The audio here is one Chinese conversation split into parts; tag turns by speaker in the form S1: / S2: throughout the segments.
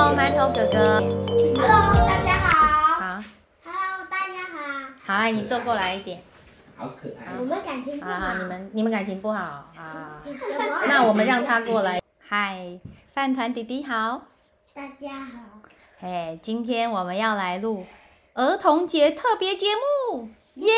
S1: Hello， 馒头哥哥。
S2: Hello， 大家好。
S1: 好。
S2: Hello， 大家好。
S1: 好，来你坐过来一点。
S3: 好可爱。
S2: 我们感情不好。
S1: 你们感情不好啊？那我们让他过来。嗨，饭团弟弟好。
S2: 大家好。
S1: 嘿，今天我们要来录儿童节特别节目，耶！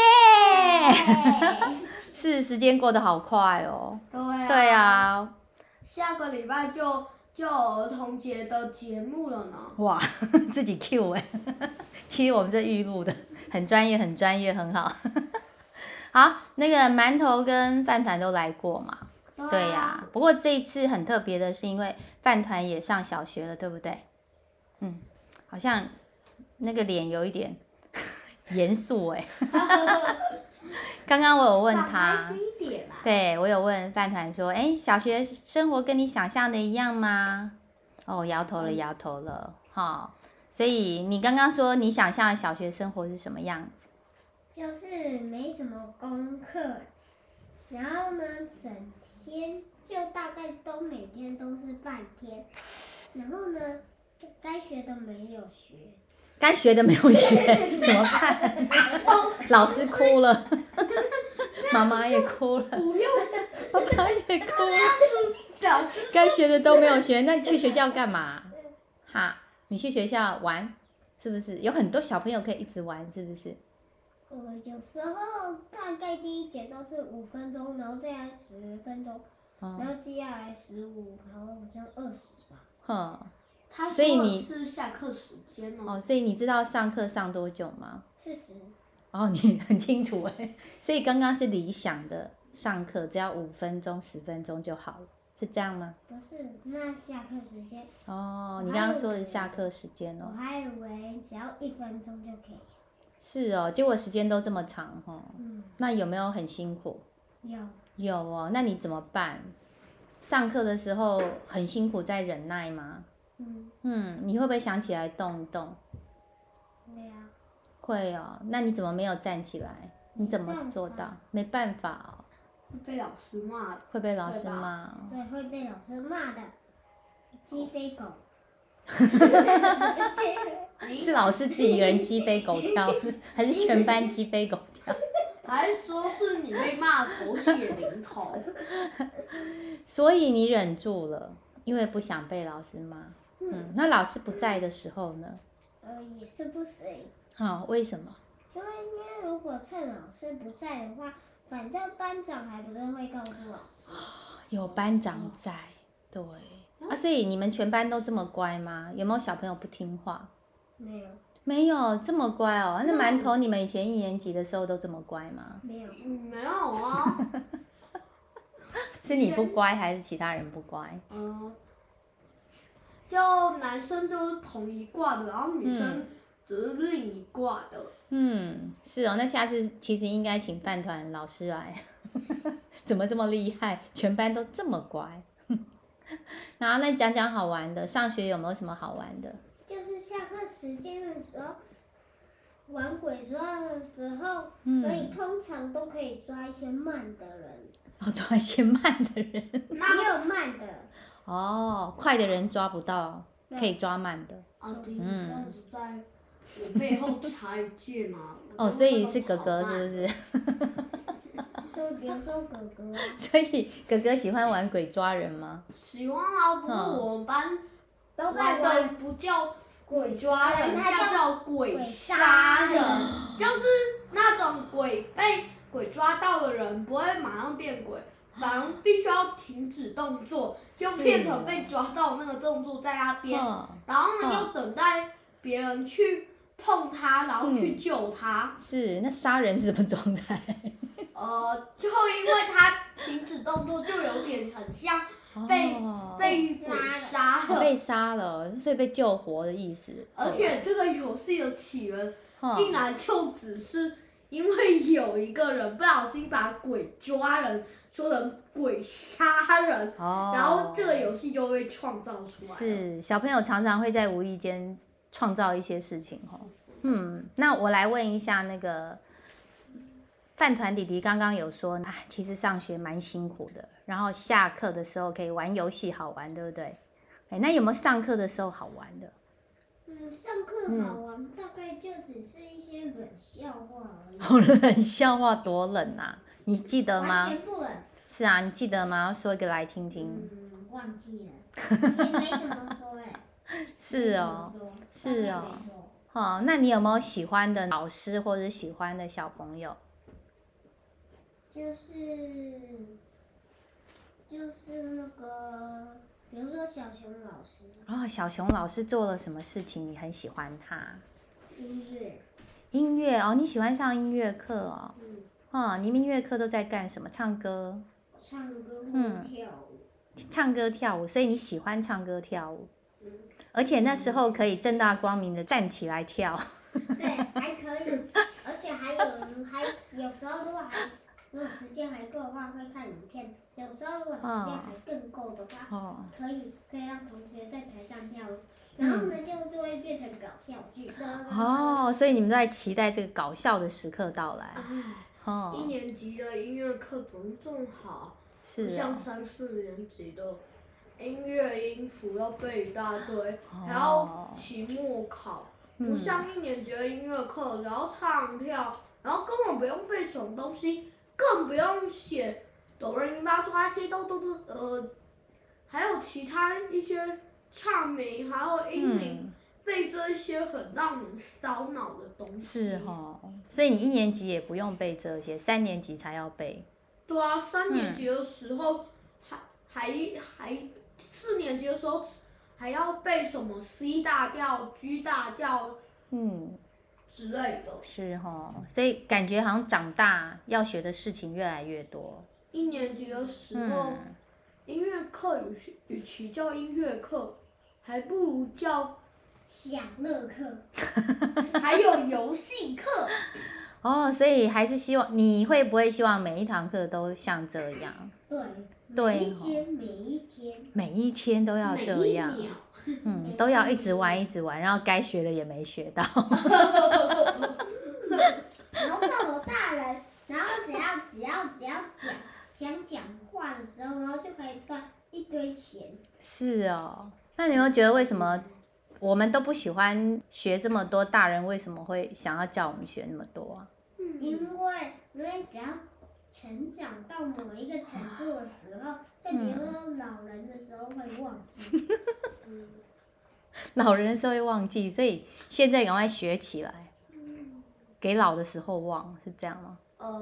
S1: 是，时间过得好快哦。对啊。
S2: 下个礼拜就儿童节的节目了呢。
S1: 哇，自己 Q 哎，其实我们这预录的很专业，很专业，很好。好，那个馒头跟饭团都来过嘛？对呀。不过这一次很特别的是，因为饭团也上小学了，对不对？好像那个脸有一点严肃哎。刚刚我有问他，对，我有问饭团说，小学生活跟你想象的一样吗？哦，摇头了，摇头了，哈。所以你刚刚说你想象小学生活是什么样子？
S2: 就是没什么功课，然后呢，整天就大概都每天都是半天，然后呢，该学的没有学。
S1: 该学的没有学，怎么办？老师哭了，妈妈也哭了，爸爸也哭了。该学的都没有学，那你去学校干嘛？哈，你去学校玩，是不是？有很多小朋友可以一直玩，是不是？
S2: 有时候大概第一节都是5分钟，然后再来10分钟，然后接下来15，然后好像20吧。
S1: 所以你
S2: 是下课时间哦。
S1: 所以你知道上课上多久吗
S2: ？40。
S1: 哦，你很清楚哎。所以刚刚是理想的上课，只要5分钟、10分钟就好了，是这样吗？
S2: 不是，那下课时间。
S1: 哦，你刚刚说的是下课时间哦。
S2: 我还以为只要1分钟就可以。
S1: 是哦，结果时间都这么长哦。那有没有很辛苦？有哦，那你怎么办？上课的时候很辛苦，在忍耐吗？你会不会想起来动一动？
S2: 会啊。
S1: 会哦，那你怎么没有站起来？你怎么做到？没办法哦。
S2: 会被老师骂的。
S1: 会被老师骂。
S2: 对，会被老师骂的。鸡飞狗。
S1: 是老师自己一个人鸡飞狗跳，还是全班鸡飞狗跳？
S2: 还是说是你被骂狗血淋头？
S1: 所以你忍住了，因为不想被老师骂。那老师不在的时候呢？
S2: 也是不行。
S1: 为什么？
S2: 因为如果趁老师不在的话，反正班长还不是会告诉老师。
S1: 有班长在，对。所以你们全班都这么乖吗？有没有小朋友不听话？
S2: 没有。
S1: 没有，这么乖哦。那馒头，你们以前1年级的时候都这么乖吗？
S2: 没有。没有啊。
S1: 是你不乖，还是其他人不乖？
S2: 就男生就是同一挂的，然后女生只是另一挂的。
S1: 是哦。那下次其实应该请饭团老师来。怎么这么厉害？全班都这么乖。然后那讲讲好玩的，上学有没有什么好玩的？
S2: 就是下课时间的时候，玩鬼抓的时候，所以通常都可以抓一些慢的人。
S1: 抓一些慢的人。也
S2: 有慢的。
S1: 快的人抓不到，可以抓慢的。
S2: 这样子在我背后插一件啊。
S1: 所以是哥哥是不是？
S2: 就比如说哥哥。
S1: 所以哥哥喜欢玩鬼抓人吗？
S2: 喜欢啊，不过我们班都在玩的不叫鬼抓人，它叫鬼杀人，就是那种被鬼抓到的人不会马上变鬼，反而必须要停止动作，就变成被抓到那个动作在那边，然后呢又等待别人去碰他，然后去救他。
S1: 是，那杀人是什么状态？
S2: 就因为他停止动作，就有点很像被鬼杀了。
S1: 被杀了，所以被救活的意思。
S2: 而且这个游戏的起源，竟然就只是因为有一个人不小心把鬼抓人说成鬼杀人，然后这个游戏就被创造出来了。
S1: 是，小朋友常常会在无意间创造一些事情那我来问一下那个饭团弟弟，刚刚有说其实上学蛮辛苦的，然后下课的时候可以玩游戏好玩，对不对？那有没有上课的时候好玩的？
S3: 上课好玩，大概就只是一些冷笑话而已。
S1: 冷笑话多冷啊？你记得吗？
S3: 完全不冷。
S1: 是啊，你记得吗？说一个来听听。
S3: 忘记了，也没什么说
S1: 是哦，是哦。哦，那你有没有喜欢的老师或者喜欢的小朋友？
S3: 就是那个，比如说小熊老师。
S1: 哦，小熊老师做了什么事情你很喜欢他？
S3: 音乐。
S1: 音乐哦，你喜欢上音乐课哦？哦，你们音乐课都在干什么？唱歌？
S3: 唱歌或跳舞。
S1: 唱歌跳舞，所以你喜欢唱歌跳舞。而且那时候可以正大光明的站起来跳。
S3: 对，还可以，而且有时候如果时间还够的话，会看影片。有时候如果时间还更够的话，可以让同学在台上跳舞，然后呢就会变成搞笑剧。
S1: 哦，所以你们都在期待这个搞笑的时刻到来。
S2: 一年级的音乐课怎么这么好？
S1: 是啊。
S2: 像3、4年级的音乐音符要背一大堆，还要期末考，不像1年级的音乐课，然后唱跳，然后根本不用背什么东西，更不用写哆来咪发嗦拉西哆还有其他一些唱名还有音名，背这些很让人烧脑的东西。
S1: 是哦，所以你1年级也不用背这些，3年级才要背。
S2: 对啊，3年级的时候还4年级的时候还要背什么 C 大调、G 大调，之类的。
S1: 是哦，所以感觉好像长大要学的事情越来越多。
S2: 1年级的时候，音乐课与其叫音乐课，还不如叫
S3: 享乐课，
S2: 还有游戏课。
S1: 哦，所以还是希望你会不会希望每一堂课都像这样？
S3: 对，
S1: 每一天都要这样，都要一直玩一直玩，然后该学的也没学到。
S3: 然后到了大人，然后只要讲话的时候，然后就可以赚一堆钱。
S1: 是哦，那你有没有觉得为什么我们都不喜欢学这么多？大人为什么会想要叫我们学那么多啊？
S3: 因为只要成长到某一个程度的时候，就比如说老人的时候会忘记。
S1: 老人的时候会忘记，所以现在赶快学起来，给老的时候忘，是这样吗？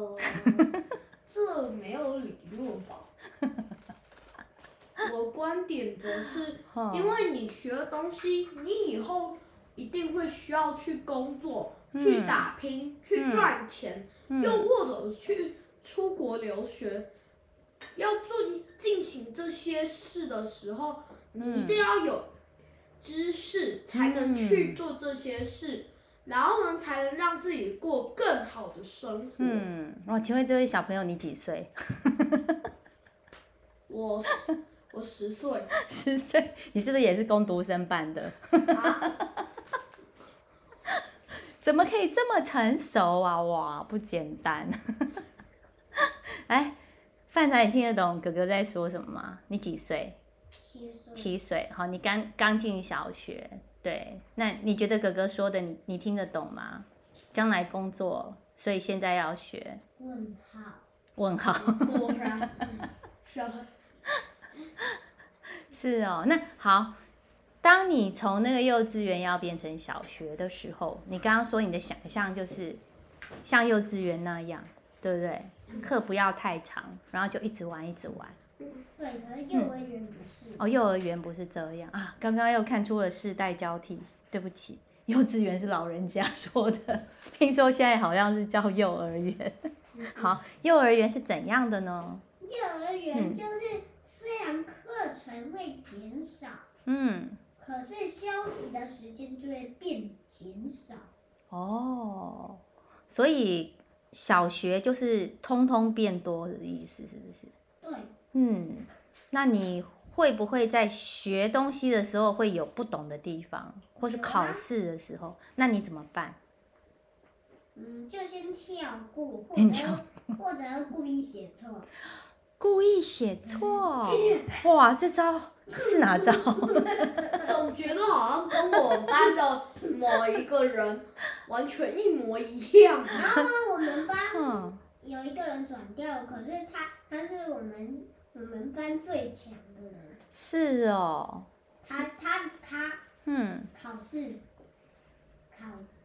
S2: 这没有理论吧？我观点则是，因为你学的东西，你以后一定会需要去工作、去打拼、去赚钱，又或者去出国留学。要进行这些事的时候，你一定要有知识，才能去做这些事，然后呢，才能让自己过更好的生活。
S1: 请问这位小朋友你几岁？
S2: 我10岁。
S1: 10岁，你是不是也是工读生办的？怎么可以这么成熟啊？哇，不简单。哎，范团，你听得懂哥哥在说什么吗？你几岁？7岁。好，你刚进小学，对。那你觉得哥哥说的你听得懂吗？将来工作，所以现在要学。问号。
S2: 果然。
S1: 是哦，那好。当你从那个幼稚园要变成小学的时候，你刚刚说你的想象就是像幼稚园那样，对不对？课不要太长，然后就一直玩一直玩。
S3: 对，可是幼儿园不是。
S1: 幼儿园不是这样啊！刚刚又看出了世代交替，对不起，幼稚园是老人家说的，听说现在好像是叫幼儿园。好，幼儿园是怎样的呢？
S3: 幼儿园就是虽然课程会减少，可是休息的时间就会减少。
S1: 哦，所以小学就是通通变多的意思，是不是？
S3: 对。
S1: 那你会不会在学东西的时候会有不懂的地方，或是考试的时候，那你怎么办？
S3: 就先跳过，或者故意写错。
S1: 故意写错？哇，这招是哪招？
S2: 总总觉得好像跟我们班的某一个人完全一模一样。
S3: 然后我们班有一个人转掉，可是他是我们班最强的人。
S1: 是哦。
S3: 他考试考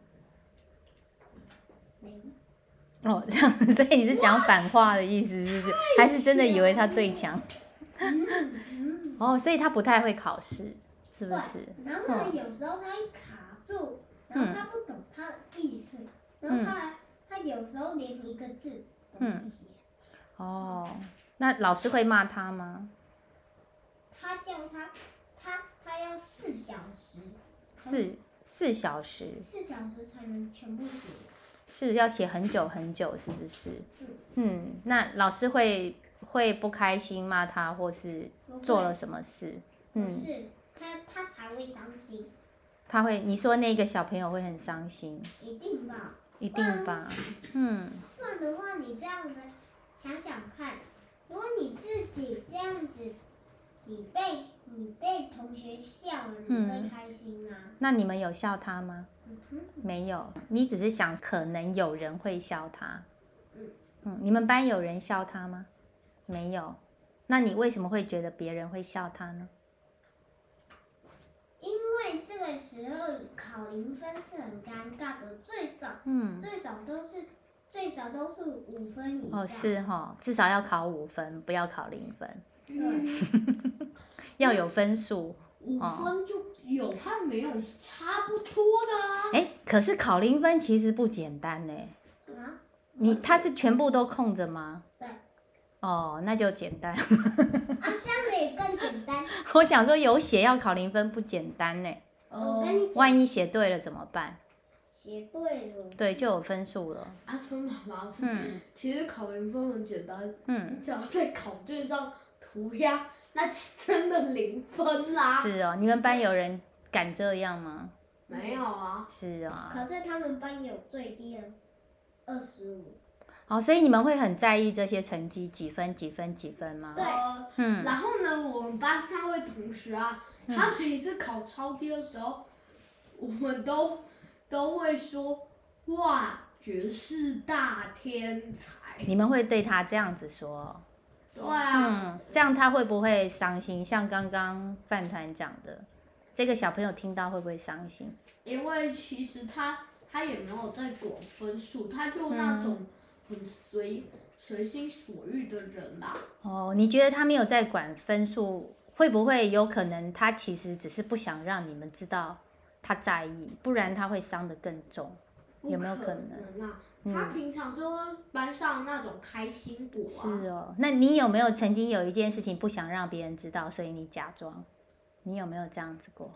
S3: 没。
S1: 哦，这样，所以你是讲反话的意思，是不是？还是真的以为他最强？哦，所以他不太会考试，是不是？
S3: 然后呢，有时候他会卡住，然后他不懂他的意思，然后他有时候连一个字都没写。
S1: 哦，那老师会骂他吗？
S3: 他叫他要4小时。
S1: 4小时。
S3: 4小时才能全部写。
S1: 是要写很久很久，是不是？那老师会不开心骂他，或是做了什么事？
S3: 是他才会伤心。
S1: 他会，你说那个小朋友会很伤心？
S3: 一定吧。
S1: 一定吧。
S3: 不然的话，你这样子想想看，如果你自己这样子，你被同学笑了，你会开心吗？
S1: 那你们有笑他吗？没有，你只是想可能有人会笑他。你们班有人笑他吗？没有。那你为什么会觉得别人会笑他呢？
S3: 因为这个时候考0分是很尴尬的，最少都是5分以上。
S1: 哦，是哈，至少要考5分，不要考0分。
S3: 对。
S1: 要有分数。
S2: 5分就有和没有是差不多的啊。
S1: 可是考0分其实不简单呢。他是全部都空着吗？
S3: 对。
S1: 哦，那就简单。
S3: 这样子也更简单。
S1: 我想说有写要考0分不简单呢。
S3: 我跟你讲，
S1: 万一写对了怎么办？
S3: 写对了。
S1: 对，就有分数了。
S2: 阿春妈妈，其实考0分很简单，只要在考卷上涂鸦，那真的0分啦。
S1: 是哦，你们班有人敢这样吗？
S2: 没有啊。
S1: 是啊。
S3: 可是他们班有最低的25。
S1: 所以你们会很在意这些成绩几分几分几分吗？
S3: 对。
S2: 然后呢，我们班那位同学啊，他每次考超低的时候，我们都会说，哇，绝世大天才。
S1: 你们会对他这样子说？
S2: 对啊。
S1: 这样他会不会伤心？像刚刚饭团讲的，这个小朋友听到会不会伤心？
S2: 因为其实他也没有在管分数，他就那种很随心所欲的人啦。
S1: 你觉得他没有在管分数，会不会有可能他其实只是不想让你们知道他在意，不然他会伤得更重？有没有可能
S2: 啊？他平常就是班上那种开心果啊。
S1: 是哦，那你有没有曾经有一件事情不想让别人知道，所以你假装？你有没有这样子过？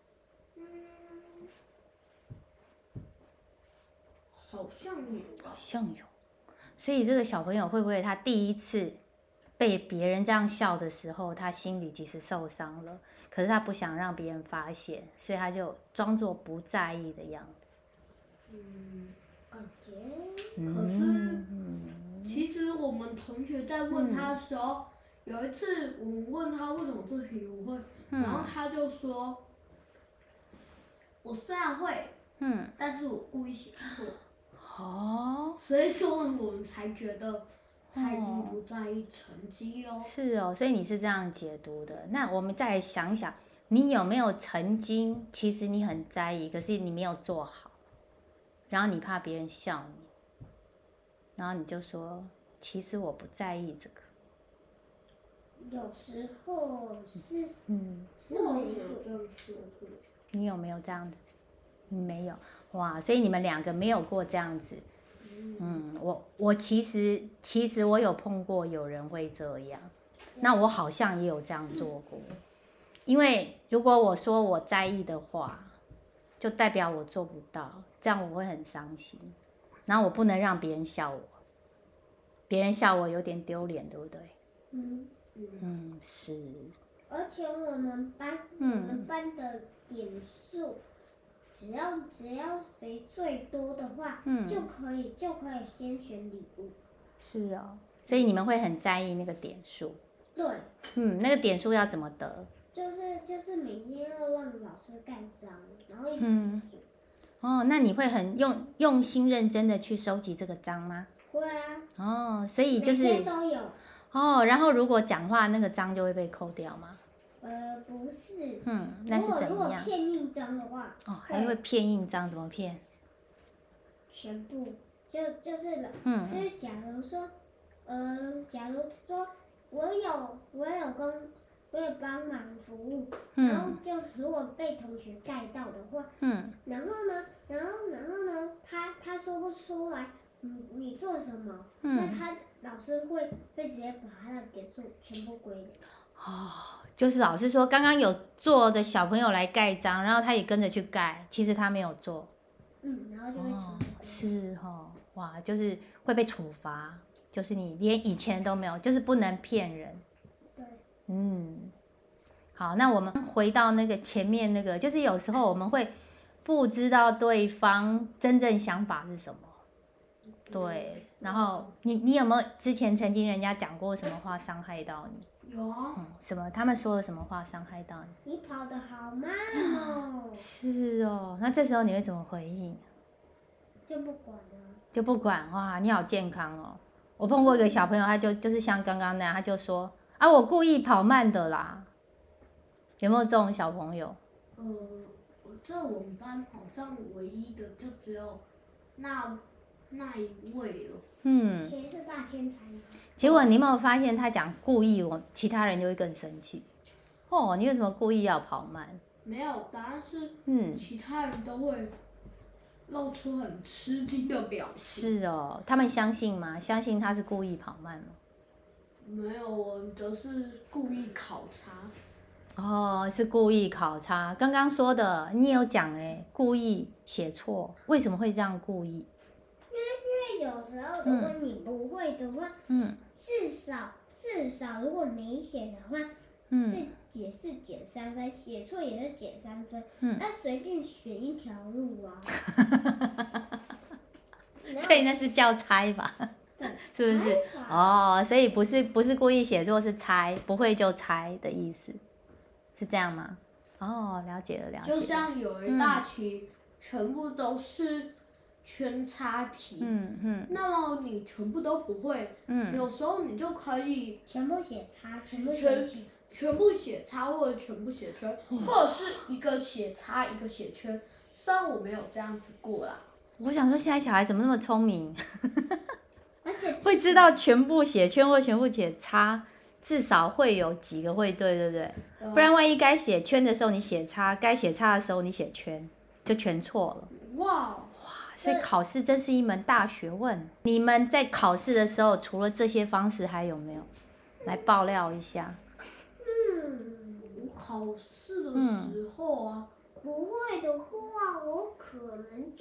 S2: 好像有吧。
S1: 好像有。所以这个小朋友会不会他第一次被别人这样笑的时候，他心里其实受伤了，可是他不想让别人发现，所以他就装作不在意的样子。
S3: 感觉。
S2: 可是，其实我们同学在问他的时候，有一次我们问他为什么这题不会，然后他就说，我虽然会，但是我故意写错。所以说我们才觉得他已经不在意成绩哦。
S1: 是哦，所以你是这样解读的。那我们再来想想，你有没有曾经其实你很在意，可是你没有做好，然后你怕别人笑你，然后你就说其实我不在意这个。
S3: 有时候是。
S2: 是我没有这样说过。
S1: 你有没有这样子？没有。哇，所以你们2个没有过这样子。我其实我有碰过有人会这样，那我好像也有这样做过。因为如果我说我在意的话，就代表我做不到，这样我会很伤心，然后我不能让别人笑我，别人笑我有点丢脸，对不对？是。
S3: 而且我们班的点数。只要谁最多的话，就可以先选礼物。
S1: 是哦，所以你们会很在意那个点数。
S3: 对。
S1: 那个点数要怎么得？
S3: 就是每天要让老师盖章，然后一直数。
S1: 哦，那你会很用心认真的去收集这个章吗？
S3: 会啊。
S1: 哦，所以就是
S3: 每天都有。
S1: 哦，然后如果讲话那个章就会被扣掉吗？
S3: 不是。
S1: 那是怎么样？
S3: 如果骗印章的话。
S1: 哦，还会骗印章？怎么骗？
S3: 全部就是就是假如说我有帮忙服务，然后就如果被同学盖到的话，然后呢，他说不出来你做什么，那老师会直接把他的点数全部归零。
S1: 哦，就是老师说刚刚有做的小朋友来盖章，然后他也跟着去盖，其实他没有做。
S3: 然后就会处罚。
S1: 是哇，就是会被处罚，就是你连以前都没有，就是不能骗人。
S3: 对。
S1: 好，那我们回到那个前面那个，就是有时候我们会不知道对方真正想法是什么。对，然后你有没有之前曾经人家讲过什么话伤害到你？
S2: 有啊。
S1: 什么？他们说了什么话伤害到你？
S3: 你跑得好慢哦。
S1: 是哦，那这时候你会怎么回应？
S3: 就不管了。
S1: 就不管。哇，你好健康哦！我碰过一个小朋友，他就是像刚刚那样，他就说啊，我故意跑慢的啦。有没有这种小朋友？
S2: 在我们班好像唯一的就只有那一位了。
S3: 谁是大天才呢？
S1: 结果你有没有发现，他讲故意，其他人就会更生气。哦，你为什么故意要跑慢？
S2: 没有，答案是其他人都会露出很吃惊的表情。
S1: 是哦，他们相信吗？相信他是故意跑慢吗？
S2: 没有，我则是故意考察。
S1: 哦，是故意考察。刚刚说的，你有讲故意写错，为什么会这样故意？
S3: 因为有时候如果你不会的话，至少如果没写的话，是解4减3分，写错也是减3分，那随便选一条路啊。
S1: 所以那是叫猜吧？是不是？哦，所以不是故意写错，是猜，不会就猜的意思，是这样吗？哦，了解了。
S2: 就像有一大题，全部都是圈叉题，那么你全部都不会，有时候你就可以
S3: 全部写叉，全部
S2: 写叉或者全部写圈，或者是一个写叉一个写圈。虽然我没有这样子过啦。
S1: 我想说，现在小孩怎么那么聪明？
S3: 而且
S1: 会知道全部写圈或全部写叉，至少会有几个会对，对不对？不然万一该写圈的时候你写叉，该写叉的时候你写圈，就全错了。
S2: 哇，
S1: 所以考试真是一门大学问。你们在考试的时候，除了这些方式，还有没有？来爆料一下。
S2: 考试的时候啊，
S3: 不会的话，我可能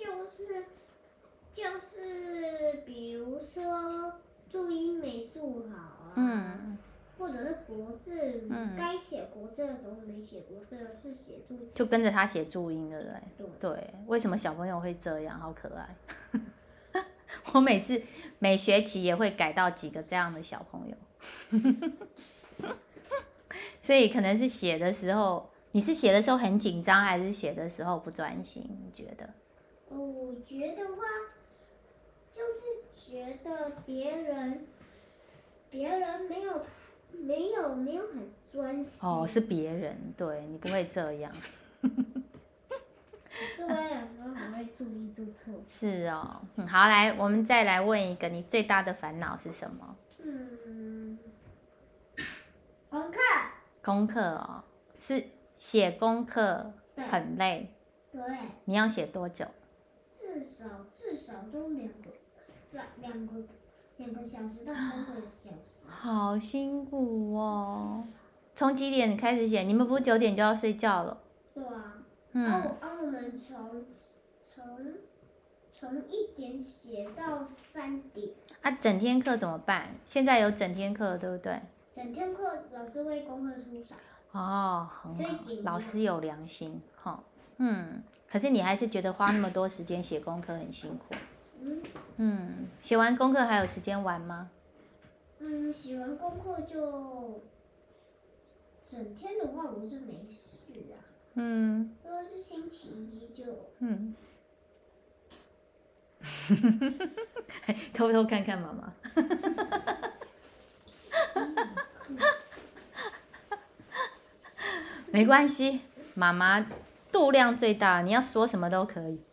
S3: 就是比如说注音没注好啊，或者是国字，该写国字的时候没写国字，是写注音，
S1: 就跟着他写注音，对不对？
S3: 对。
S1: 为什么小朋友会这样？好可爱。我每学期也会改到几个这样的小朋友。所以可能是写的时候，你是写的时候很紧张，还是写的时候不专心？你觉得？
S3: 我觉得话，就是觉得别人没有很专心。
S1: 哦，是别人，对你不会这样。
S3: 可是我有时候还会注意做错。
S1: 是哦，好，来，我们再来问一个，你最大的烦恼是什么？
S3: 功课。
S1: 功课哦，是写功课很累。
S3: 对。
S1: 你要写多久？
S3: 至少都2个小时到3个小时。
S1: 好辛苦哦！从几点开始写？你们不是9点就要睡觉了？
S3: 对啊。我们从1点写到3点。
S1: 啊，整天课怎么办？现在有整天课，对不对？
S3: 整天课老师会功课出少。
S1: 哦，很好，老师有良心，可是你还是觉得花那么多时间写功课很辛苦。写完功课还有时间玩吗？
S3: 写完功课就整天的话我是没事啊。如果是星期一就。
S1: 偷偷看看妈妈。没关系，妈妈度量最大，你要说什么都可以。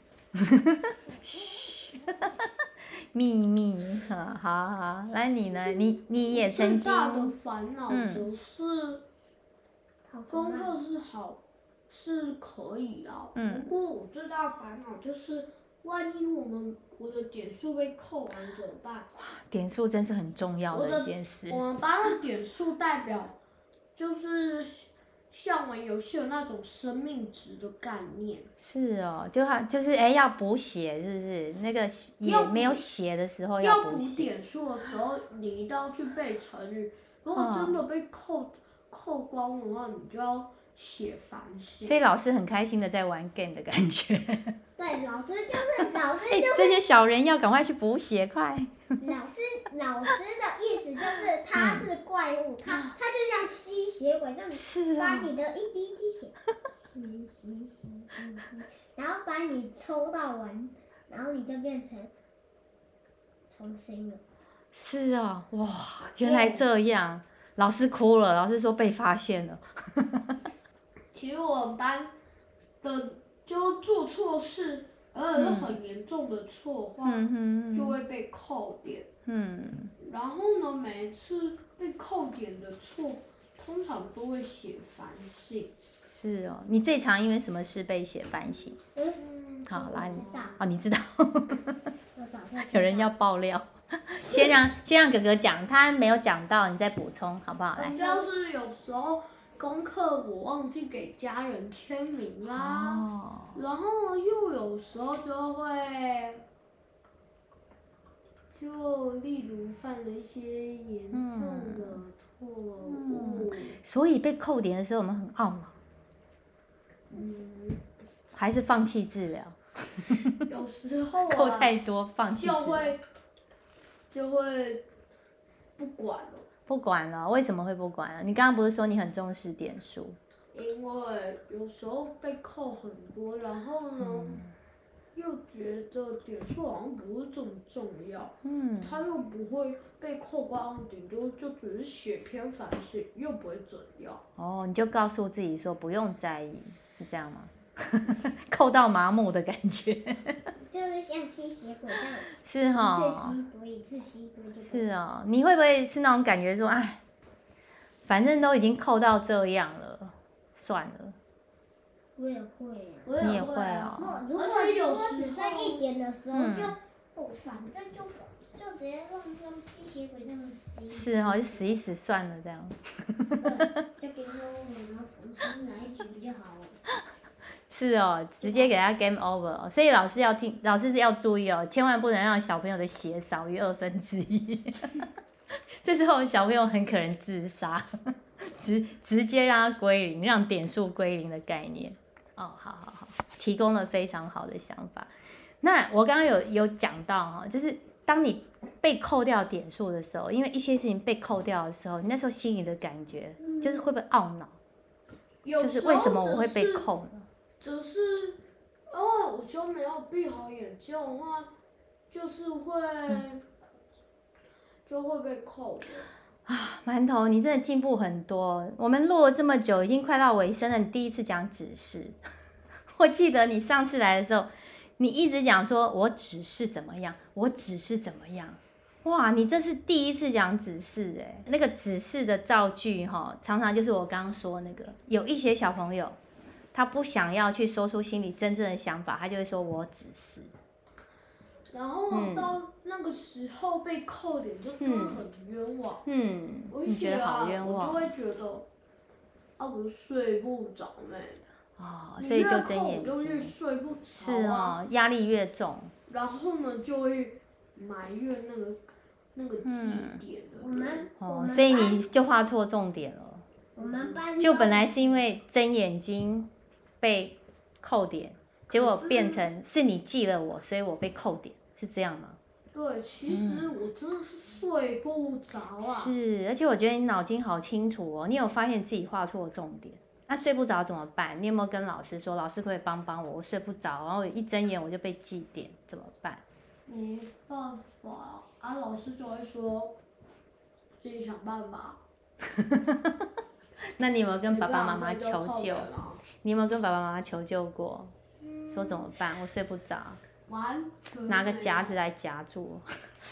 S1: 秘密，好，来你呢？你也曾经。
S2: 最大的烦恼就是功课是可以啦，不过我最大的烦恼就是，万一我的点数被扣完怎么办？
S1: 点数真是很重要的一件事。
S2: 我们班的点数代表就是像玩游戏的那种生命值的概念。
S1: 是哦，就是要补血，是不是？那个也没有血的时候
S2: 要
S1: 补血。
S2: 点数的时候，你一定要去背成语。如果真的被扣光的话，你就要写反省。
S1: 所以老师很开心的在玩 game 的感觉。
S3: 对，老师就是
S1: 这些小人要赶快去补血，快！
S3: 老师的意思就是他是怪物，他就像吸血鬼这样，把你的一滴一滴血吸，然后把你抽到完，然后你就变成重新了。
S1: 是啊，哇，原来这样，老师哭了，老师说被发现了。
S2: 其实我们班的就做错事，而且是很严重的错话，就会被扣点。然后呢，每一次被扣点的错，通常都会写反省。
S1: 是哦，你最常因为什么事被写反省？好，来，你知道。有人要爆料。先让哥哥讲，他没有讲到，你再补充好不好？来，
S2: 就是有时候功课我忘记给家人签名啦，然后又有时候就例如犯了一些严重的错误，
S1: 所以被扣点的时候我们很懊恼，还是放弃治疗。
S2: 有时候
S1: 扣太多，放弃治疗。
S2: 就会不管了。
S1: 不管了，为什么会不管了？你刚刚不是说你很重视点数？
S2: 因为有时候被扣很多，然后呢，又觉得点数好像不是这么重要。他又不会被扣光，顶多就只是写篇反省，又不会怎样。
S1: 哦，你就告诉自己说不用在意，是这样吗？扣到麻木的感觉。
S3: 就是像吸血鬼这样。
S1: 是哈。
S3: 一次吸一堆就。
S1: 是哦，你会不会是那种感觉说，哎，反正都已经扣到这样了，算了。
S3: 我也会啊。
S1: 你也会哦。
S3: 如果只剩一点的时候，反正就直接用吸血鬼这样吸。
S1: 是哦，就死一死算了这样。
S3: 就给说我们要重新来一局比较好。
S1: 是哦，直接给他 game over，所以老师要注意哦，千万不能让小朋友的血少于1/2，这时候小朋友很可能自杀，直接让他归零，让点数归零的概念。哦，好，提供了非常好的想法。那我刚刚有讲到哈，就是当你被扣掉点数的时候，因为一些事情被扣掉的时候，你那时候心里的感觉就是会不会懊恼？就是为什么我会被扣呢？
S2: 只是因为我就没有闭好眼睛的话，就会被扣的。
S1: 馒头，你真的进步很多。我们录了这么久，已经快到尾声了，你第一次讲指示。我记得你上次来的时候，你一直讲说我指示怎么样，我指示怎么样。哇，你这是第一次讲指示哎，那个指示的造句常常就是我刚刚说那个，有一些小朋友。他不想要去说出心里真正的想法，他就会说我指示。
S2: 然后到那个时候被扣点就真的很冤枉。
S1: 你觉得好冤枉？
S2: 我就会觉得，我睡不着
S1: 所以就睁眼睛。
S2: 你越扣我就越睡不着。
S1: 是哦，压力越重。
S2: 然后呢，就会埋怨那个绩点的。
S1: 所以你就画错重点了。
S3: 我们班
S1: 就本来是因为睁眼睛被扣点，结果变成是你记了我，所以我被扣点，是这样吗？
S2: 对对，其实我真的是睡不着啊。
S1: 是，而且我觉得你脑筋好清楚哦，你有发现自己画错重点。那睡不着怎么办？你有没有跟老师说，老师可以帮我？我睡不着，然后一睁眼我就被记点，怎么办？
S2: 没办法啊，老师就会说自己想办法。
S1: 那你有没有跟爸爸妈妈求救？你有没有跟爸爸妈妈求救过？说怎么办？我睡不着。拿个夹子来夹住。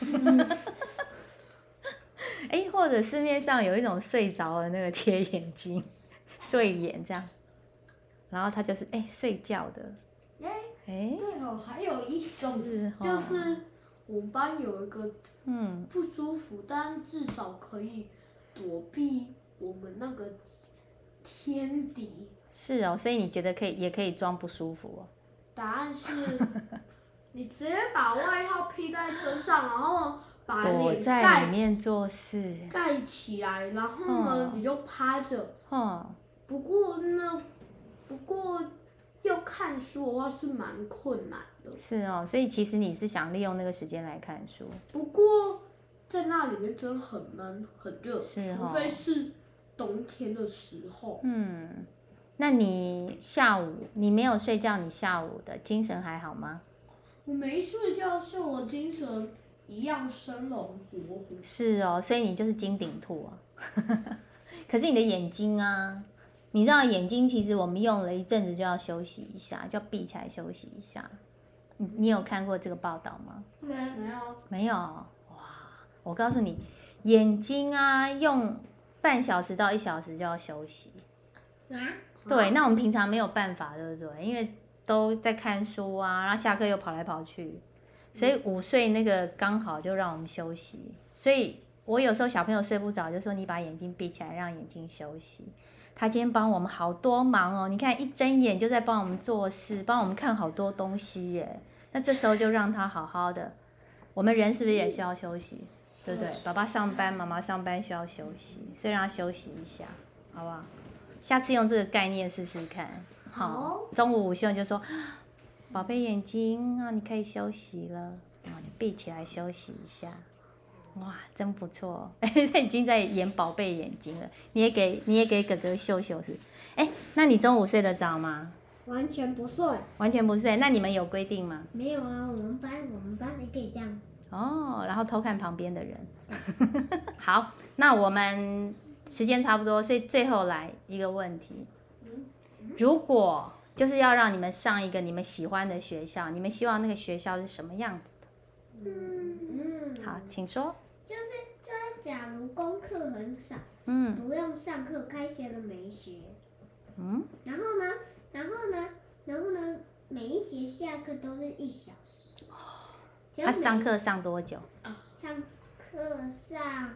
S1: 或者市面上有一种睡着的那个贴眼睛。睡眼这样，然后他就是睡觉的。
S2: 对哦，还有一种就是我们班有一个不舒服，但至少可以躲避我们那个天敌。
S1: 是哦，所以你觉得也可以装不舒服哦？
S2: 答案是，你直接把外套披在身上，然后把脸
S1: 躲在里面做事，
S2: 盖起来，然后呢你就趴着。不过要看书的话是蛮困难的。
S1: 是哦，所以其实你是想利用那个时间来看书。
S2: 不过在那里面真的很闷很热，除非是冬天的时候。
S1: 那你下午你没有睡觉，你下午的精神还好吗？
S2: 我没睡觉，是我精神一样生龙活虎。
S1: 是哦，所以你就是金顶兔啊。可是你的眼睛啊，你知道眼睛其实我们用了一阵子就要休息一下，就要闭起来休息一下。你有看过这个报道吗？没有。哇，我告诉你，眼睛啊用半小时到1小时就要休息。对，那我们平常没有办法，对不对？因为都在看书啊，然后下课又跑来跑去，所以午睡那个刚好就让我们休息。所以我有时候小朋友睡不着，就说你把眼睛闭起来，让眼睛休息。他今天帮我们好多忙哦，你看一睁眼就在帮我们做事，帮我们看好多东西耶。那这时候就让他好好的。我们人是不是也需要休息？对不对？爸爸上班，妈妈上班需要休息，所以让他休息一下，好不好？下次用这个概念试试看。好，中午午休你就说，宝贝眼睛啊，你可以休息了，然后就闭起来休息一下。哇，真不错！他已经在演宝贝眼睛了。你也给哥哥秀秀是？那你中午睡得着吗？
S3: 完全不睡。
S1: 完全不睡？那你们有规定吗？
S3: 没有啊，我们班也可以这样。
S1: 然后偷看旁边的人。好，那我们时间差不多，所以最后来一个问题：如果就是要让你们上一个你们喜欢的学校，你们希望那个学校是什么样子的？好，请说。
S3: 就是假如功课很少，不用上课，开学了没学，然后呢，每一节下课都是1小时。
S1: 他上课上多久？
S3: 上课上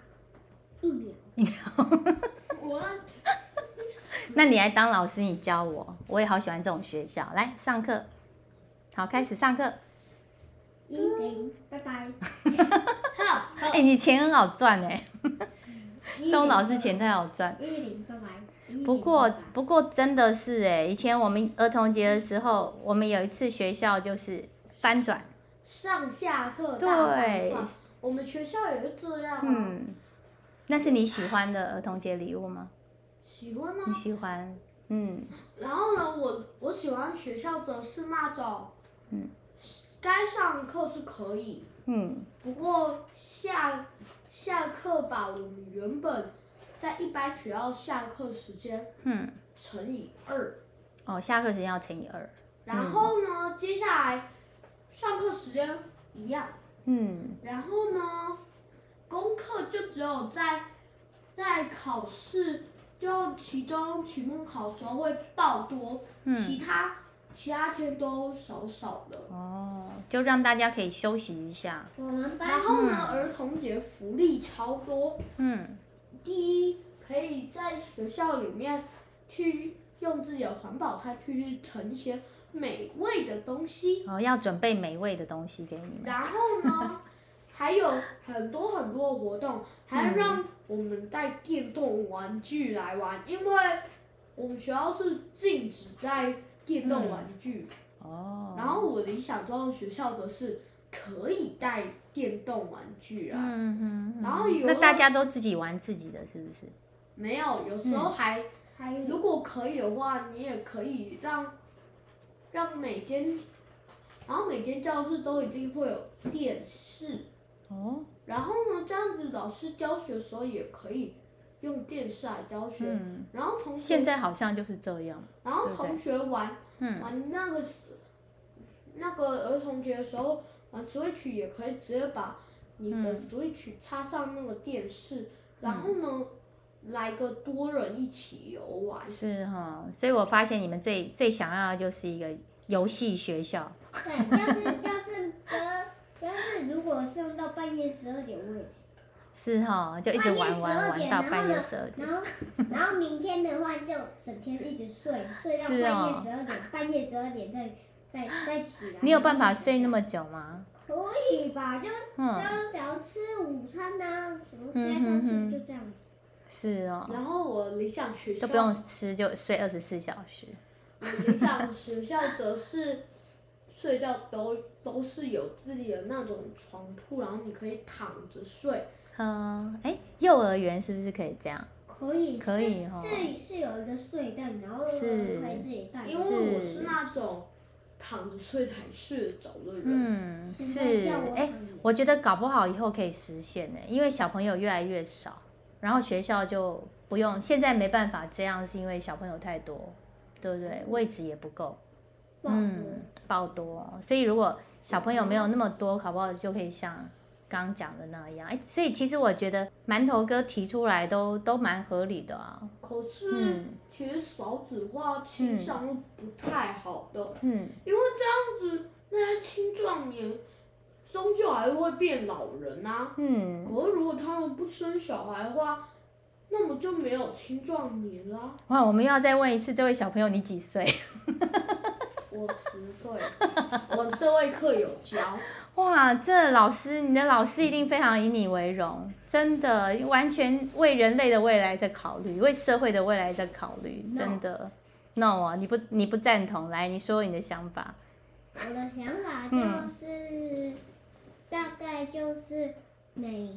S3: 1秒。
S1: 那你来当老师，你教我，我也好喜欢这种学校。来上课，好，开始上课。
S3: 10，拜拜。
S1: 你钱很好赚哎，这种老师钱太好赚。
S3: 10，拜拜。
S1: 不过真的是以前我们儿童节的时候，我们有一次学校就是翻转，
S2: 上下课大翻转。我们学校也是这样啊。
S1: 那是你喜欢的儿童节礼物吗？
S2: 喜欢啊。
S1: 你喜欢，
S2: 然后呢，我喜欢学校则是那种，该上课是可以，不过下课把我们原本在一般学校下课时间，乘以2。
S1: 下课时间要乘以2。
S2: 然后呢，接下来上课时间一样，然后呢，功课就只有在考试，就期中、期末考时候会爆多，其他天都少少的。
S1: 就让大家可以休息一下。
S2: 然后呢，儿童节福利超多。第一，可以在学校里面去用自己的环保餐具去盛一些美味的东西。
S1: 要准备美味的东西给你们。
S2: 然后呢，还有很多很多的活动，还让我们带电动玩具来玩，因为我们学校是禁止带电动玩具。然后我理想中的学校则是可以带电动玩具啊。然后
S1: 那大家都自己玩自己的，是不是？
S2: 没有，有时候还如果可以的话，你也可以让每间教室都一定会有电视。哦。然后呢，这样子老师教学的时候也可以用电视来教学。然后同学
S1: 现在好像就是这样。
S2: 然后同学玩那个儿童节的时候玩 Switch 也可以直接把你的 Switch 插上那个电视，然后呢，来个多人一起游玩。
S1: 是哈，所以我发现你们最想要的就是一个游戏学校。
S3: 对，就是如果上到半夜12点，我也是。
S1: 是哈，就一直玩到半夜12点。
S3: 然后明天的话就整天一直睡到半夜12点，半夜12点再起来。
S1: 你有办法睡那么久吗？
S3: 可以吧，就只要吃午餐啊，什么加上就这样子。
S1: 是哦。
S2: 然后我理想学校
S1: 都不用吃就睡24小时。
S2: 我理想学校则是睡觉都是有自己的那种床铺，然后你可以躺着睡。
S1: 幼儿园是不是可以这样？
S3: 可以
S1: 哈。
S3: 是有一个睡袋，然后可以自己带。
S2: 因为我是那种躺着睡才睡得着的人。
S1: 是。我觉得搞不好以后可以实现呢，因为小朋友越来越少，然后学校就不用，现在没办法这样，是因为小朋友太多，对不对？位置也不够。爆多。所以如果小朋友没有那么多，搞不好就可以像刚刚讲的那样。所以其实我觉得馒头哥提出来都蛮合理的啊。
S2: 可是其实少子化倾向是不太好的。因为这样子那些青壮年终究还是会变老人啊。可是如果他们不生小孩的话，那么就没有青壮年啦。
S1: 哇，我们要再问一次，这位小朋友你几岁？
S2: 我10岁，我社会课有教。
S1: 哇，你的老师一定非常以你为荣，真的，完全为人类的未来在考虑，为社会的未来在考虑，真的。No 啊，你不赞同？来，你说你的想法。
S3: 我的想法就是，大概就是每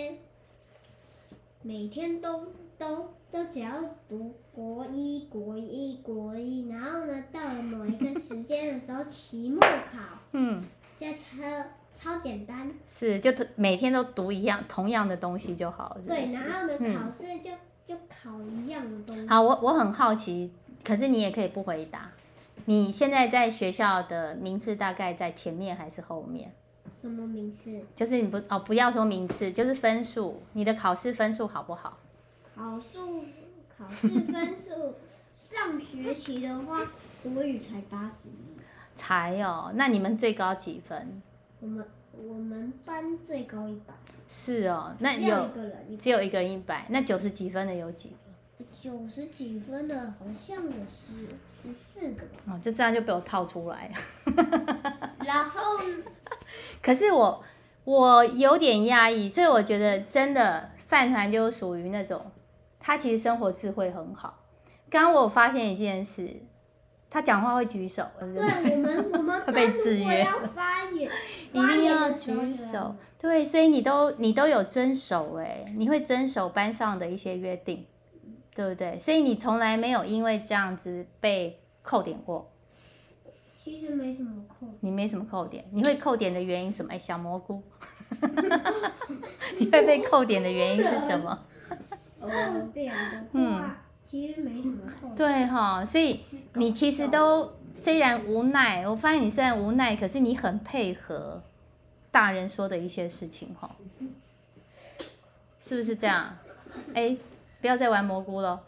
S3: 天都只要读国一，然后呢，到了某一个时间的时候，期末考，就超简单。
S1: 是，就每天都读同样的东西就好。
S3: 对，然后呢，考试就考一样的东西。
S1: 好，我很好奇，可是你也可以不回答。你现在在学校的名次大概在前面还是后面？
S3: 什么名次？
S1: 就是你不要说名次，就是分数，你的考试分数好不好？
S3: 考试分数，上学期的话，国语才81。
S1: 才哦，那你们最高几分？
S3: 我们班最高100。
S1: 是哦，那只有一个人100，那90几分的有几个
S3: ？90几分的好像有14个吧。
S1: 哦，这样就被我套出来
S3: 然后，
S1: 可是我有点讶异，所以我觉得真的饭团就属于那种，他其实生活智慧很好。刚刚我发现一件事，他讲话会举手。
S3: 对，我们
S1: 会被制约。
S3: 要发言，
S1: 一定要举手。对，所以你都有遵守你会遵守班上的一些约定，对不对？所以你从来没有因为这样子被扣点过。
S3: 其实没什么扣。
S1: 你没什么扣点，你会扣点的原因是什么？小蘑菇。你会被扣点的原因是什么？
S3: 扣点的话，其实没什么扣点。
S1: 对哈，所以你其实都虽然无奈，我发现你虽然无奈，可是你很配合大人说的一些事情哈，是不是这样？不要再玩蘑菇了。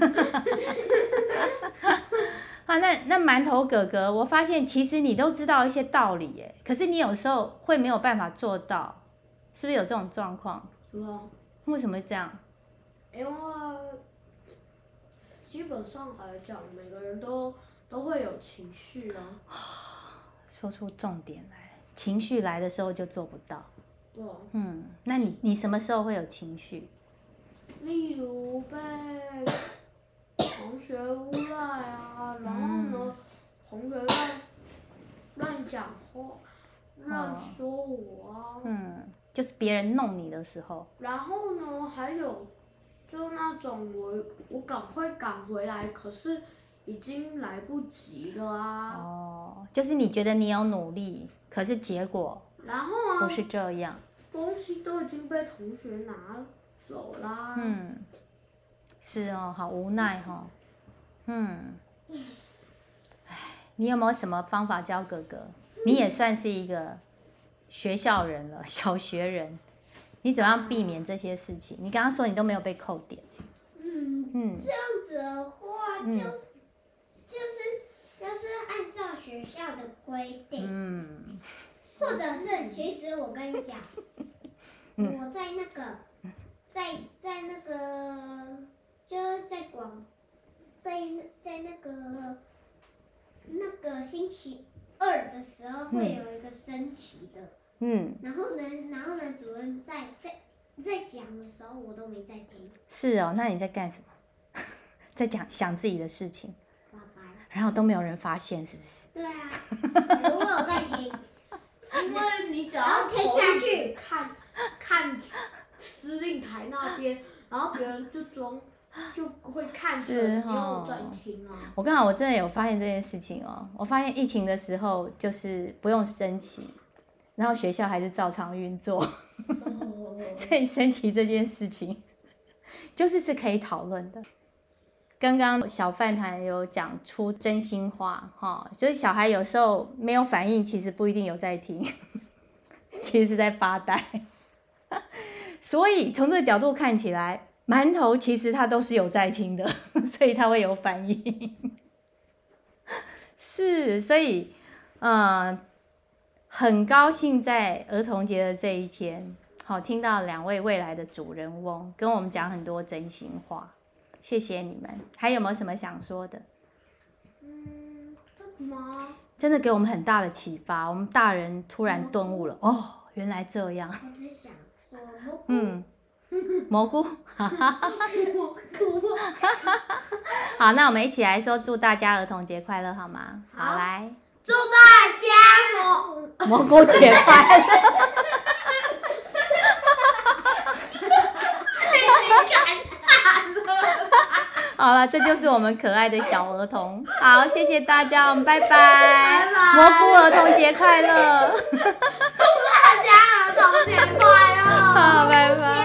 S1: 啊，那馒头哥哥，我发现其实你都知道一些道理可是你有时候会没有办法做到，是不是有这种状况？为什么会这样？
S2: 因为基本上来讲，每个人都会有情绪啊。
S1: 说出重点来，情绪来的时候就做不到。
S2: 对。
S1: 那你什么时候会有情绪？
S2: 例如被同学诬赖啊，然后呢，同学乱讲话， 乱说我啊。
S1: 就是别人弄你的时候。
S2: 然后呢，还有就那种我赶快赶回来，可是已经来不及了啊。
S1: 就是你觉得你有努力，可是结果
S2: 然后啊
S1: 不是这样。
S2: 东西都已经被同学拿走啦。
S1: 是哦，好无奈哦。你有没有什么方法教哥哥？你也算是一个学校人了，小学人，你怎么样避免这些事情？你刚刚说你都没有被扣点。
S3: 这样子的话，就是按照学校的规定。或者是，其实我跟你讲，我在那个，在那个，就是在那个星期2的时候会有一个升旗的。然后呢，主任在讲的时候，我都没在听。
S1: 是哦，那你在干什么？在想自己的事情。
S3: 拜拜。
S1: 然后都没有人发现，是不是？
S3: 对啊，我有在听。
S2: 因为你只要
S3: 听下去
S2: 看司令台那边，然后别人就会看着你有在听啊。
S1: 我刚好我真的有发现这件事情哦。我发现疫情的时候就是不用升旗，然后学校还是照常运作，所以升旗这件事情是可以讨论的。刚刚小饭团有讲出真心话就是小孩有时候没有反应，其实不一定有在听，其实是在发呆。所以从这个角度看起来，馒头其实他都是有在听的，所以他会有反应。是，所以很高兴在儿童节的这一天，听到2位未来的主人翁跟我们讲很多真心话。谢谢你们，还有没有什么想说的？
S2: 这个吗？
S1: 真的给我们很大的启发，我们大人突然顿悟了，原来这样。
S3: 我只想说
S1: 蘑菇，
S3: 蘑菇。
S1: 好，那我们一起来说祝大家儿童节快乐，好吗？好，来，
S2: 祝大家
S1: 蘑菇节快乐。好了，这就是我们可爱的小儿童。好，谢谢大家，我们拜拜。蘑菇儿童节快乐！
S2: 祝大家儿童节快乐！
S1: 好，拜拜。